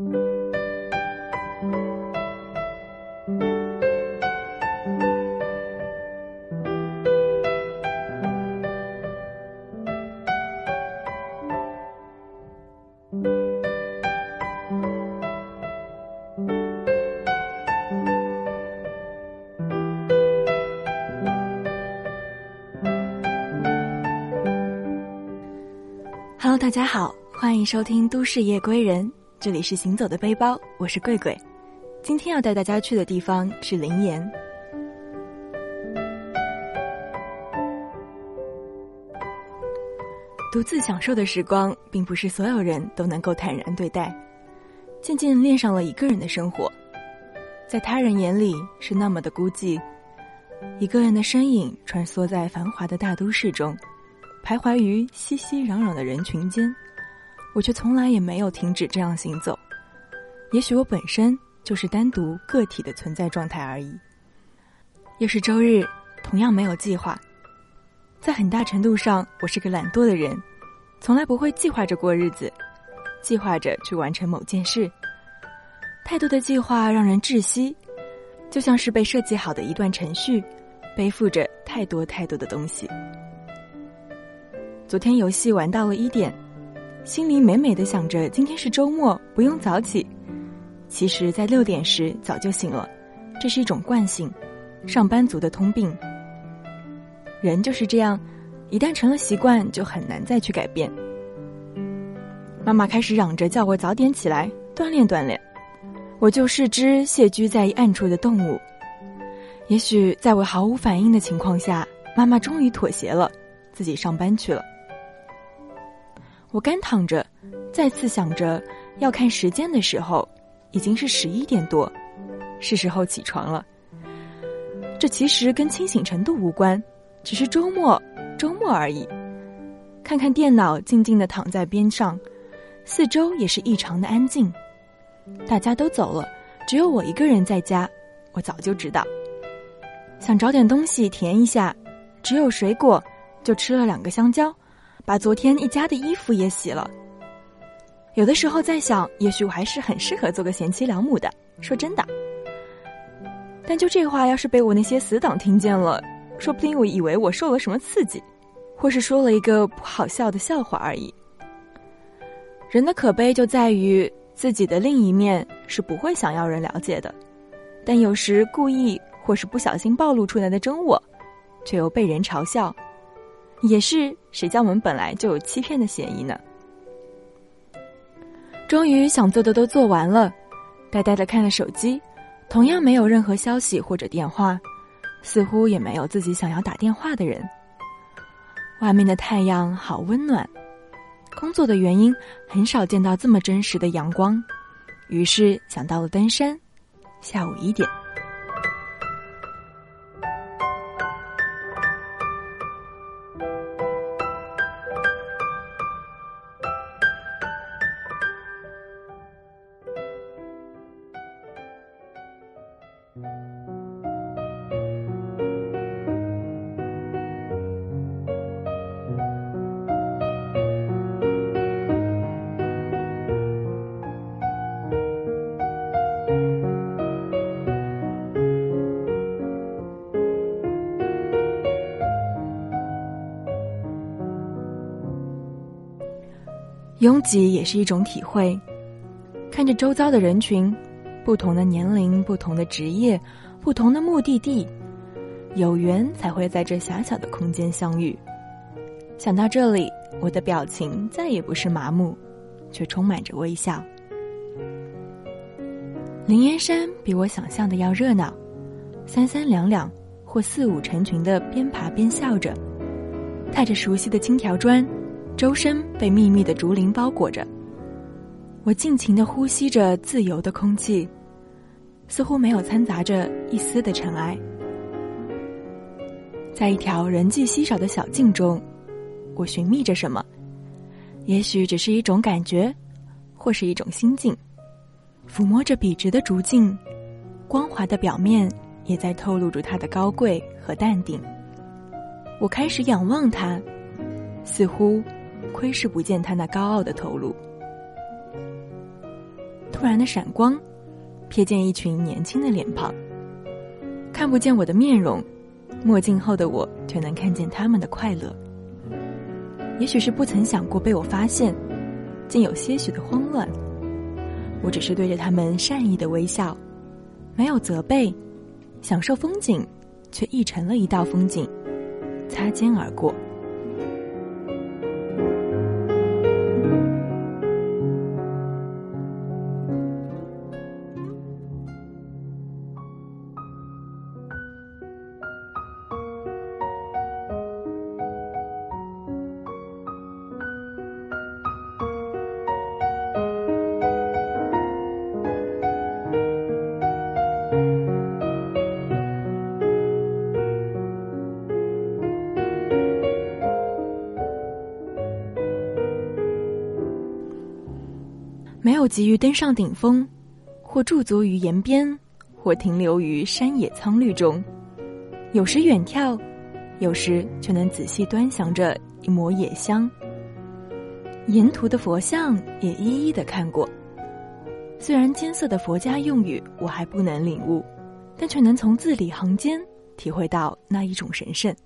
Hello， 大家好，欢迎收听都市夜归人，这里是行走的背包，我是贵贵。今天要带大家去的地方是灵岩。独自享受的时光，并不是所有人都能够坦然对待，渐渐恋上了一个人的生活，在他人眼里是那么的孤寂。一个人的身影穿梭在繁华的大都市中，徘徊于熙熙攘攘的人群间，我却从来也没有停止这样行走。也许我本身就是单独个体的存在状态而已。又是周日，同样没有计划。在很大程度上，我是个懒惰的人，从来不会计划着过日子，计划着去完成某件事。太多的计划让人窒息，就像是被设计好的一段程序，背负着太多太多的东西。昨天游戏玩到了1点，心里美美的想着今天是周末，不用早起。其实在6点时早就醒了，这是一种惯性，上班族的通病。人就是这样，一旦成了习惯，就很难再去改变。妈妈开始嚷着叫我早点起来，锻炼锻炼。我就是只谢居在暗处的动物。也许在我毫无反应的情况下，妈妈终于妥协了，自己上班去了。我干躺着，再次想着要看时间的时候，已经是11点多，是时候起床了。这其实跟清醒程度无关，只是周末而已。看看电脑，静静地躺在边上，四周也是异常的安静。大家都走了，只有我一个人在家，我早就知道。想找点东西填一下，只有水果，就吃了2个香蕉，把昨天一家的衣服也洗了。有的时候在想，也许我还是很适合做个贤妻良母的，说真的。但就这话要是被我那些死党听见了，说不定我以为我受了什么刺激，或是说了一个不好笑的笑话而已。人的可悲就在于自己的另一面是不会想要人了解的，但有时故意或是不小心暴露出来的真我，却又被人嘲笑。也是谁叫我们本来就有欺骗的嫌疑呢？终于想做的都做完了，呆呆地看了手机，同样没有任何消息或者电话，似乎也没有自己想要打电话的人。外面的太阳好温暖，工作的原因很少见到这么真实的阳光，于是想到了登山。下午1点。拥挤也是一种体会，看着周遭的人群，不同的年龄，不同的职业，不同的目的地，有缘才会在这狭小的空间相遇。想到这里，我的表情再也不是麻木，却充满着微笑。灵岩山比我想象的要热闹，三三两两或四五成群的边爬边笑着，踏着熟悉的青条砖，周身被密密的竹林包裹着。我尽情地呼吸着自由的空气，似乎没有掺杂着一丝的尘埃。在一条人迹稀少的小径中，我寻觅着什么，也许只是一种感觉，或是一种心境。抚摸着笔直的竹径，光滑的表面也在透露着它的高贵和淡定。我开始仰望它，似乎窥视不见它那高傲的头颅。 突然的闪光，瞥见一群年轻的脸庞。看不见我的面容，墨镜后的我却能看见他们的快乐。也许是不曾想过被我发现，竟有些许的慌乱。我只是对着他们善意的微笑，没有责备，享受风景，却溢成了一道风景，擦肩而过。没有急于登上顶峰，或驻足于岩边，或停留于山野苍绿中，有时远眺，有时却能仔细端详着一抹野香。沿途的佛像也一一的看过，虽然艰涩的佛家用语我还不能领悟，但却能从字里行间体会到那一种神圣。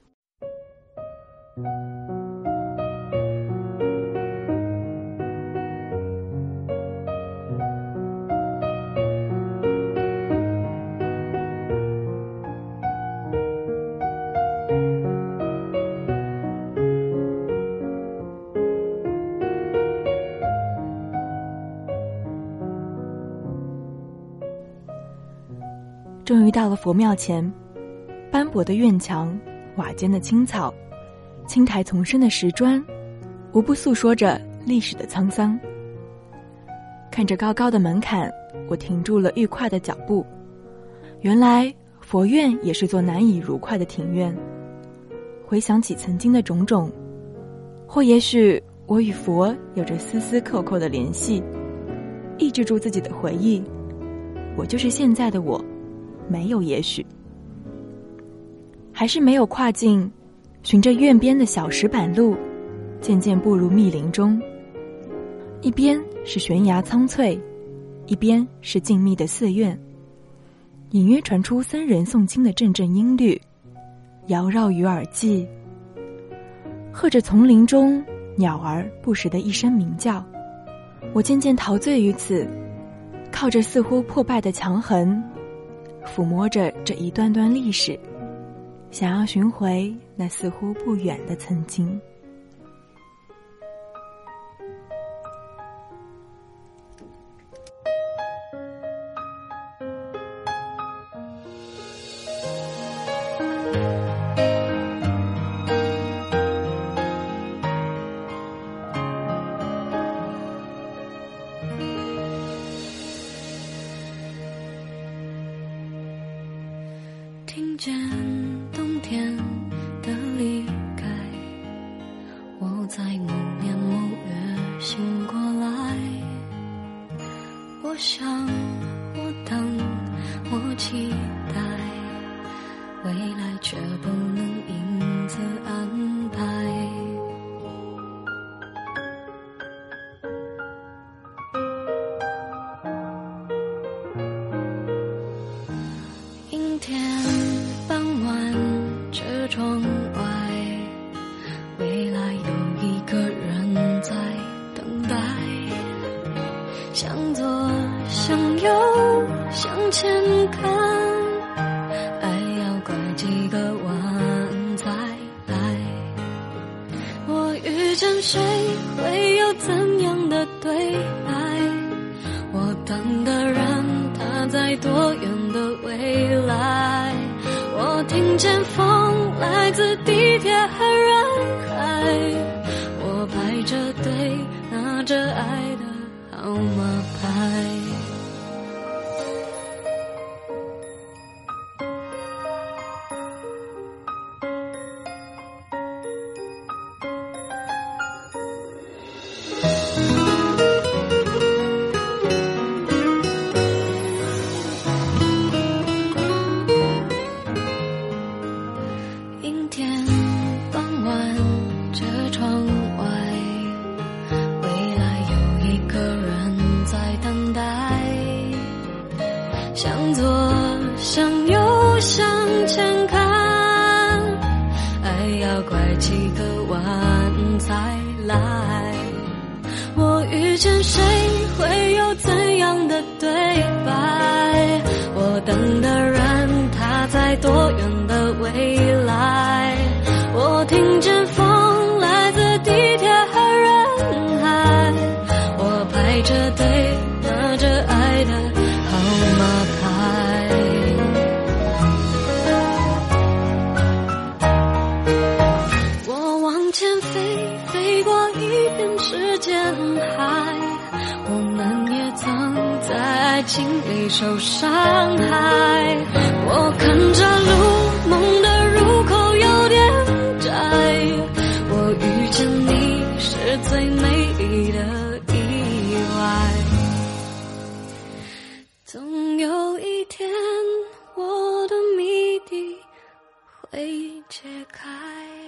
终于到了佛庙前，斑驳的院墙，瓦间的青草，青苔丛生的石砖，无不诉说着历史的沧桑。看着高高的门槛，我停住了愉快的脚步。原来佛院也是座难以如快的庭院。回想起曾经的种种，或也许我与佛有着丝丝扣扣的联系，抑制住自己的回忆。我就是现在的我，没有也许，还是没有跨进，循着院边的小石板路，渐渐步入密林中。一边是悬崖苍翠，一边是静谧的寺院，隐约传出僧人诵经的阵阵音律，缭绕于耳际，和着丛林中鸟儿不时的一声鸣叫。我渐渐陶醉于此，靠着似乎破败的墙痕，抚摸着这一段段历史，想要寻回那似乎不远的曾经。 听见冬天的离开，我在某年某月醒过来。我想，我等，我期待，未来却不能因此安排。阴天傍晚，这窗外，未来有一个人在等待。向左，向右，向前看，爱要拐几个弯才来。我遇见谁，会有怎样的对白？我等的人，他在多远的未来？我听见风来自地铁和人海，我排着队拿着爱的号码牌。阴天傍晚，这窗外，未来有一个人在等待，向左向右向前看，爱要拐几个弯才来。我遇见谁会有怎样的对白，我等的人他在多远的未来，我听见风来自地铁和人海，我排着队拿着爱的号码牌，我往前飞，飞过一片时间海，我们也曾在爱情里受伤害，我看着路，梦的入口有点窄，我遇见你是最美丽的意外，总有一天我的谜底会解开。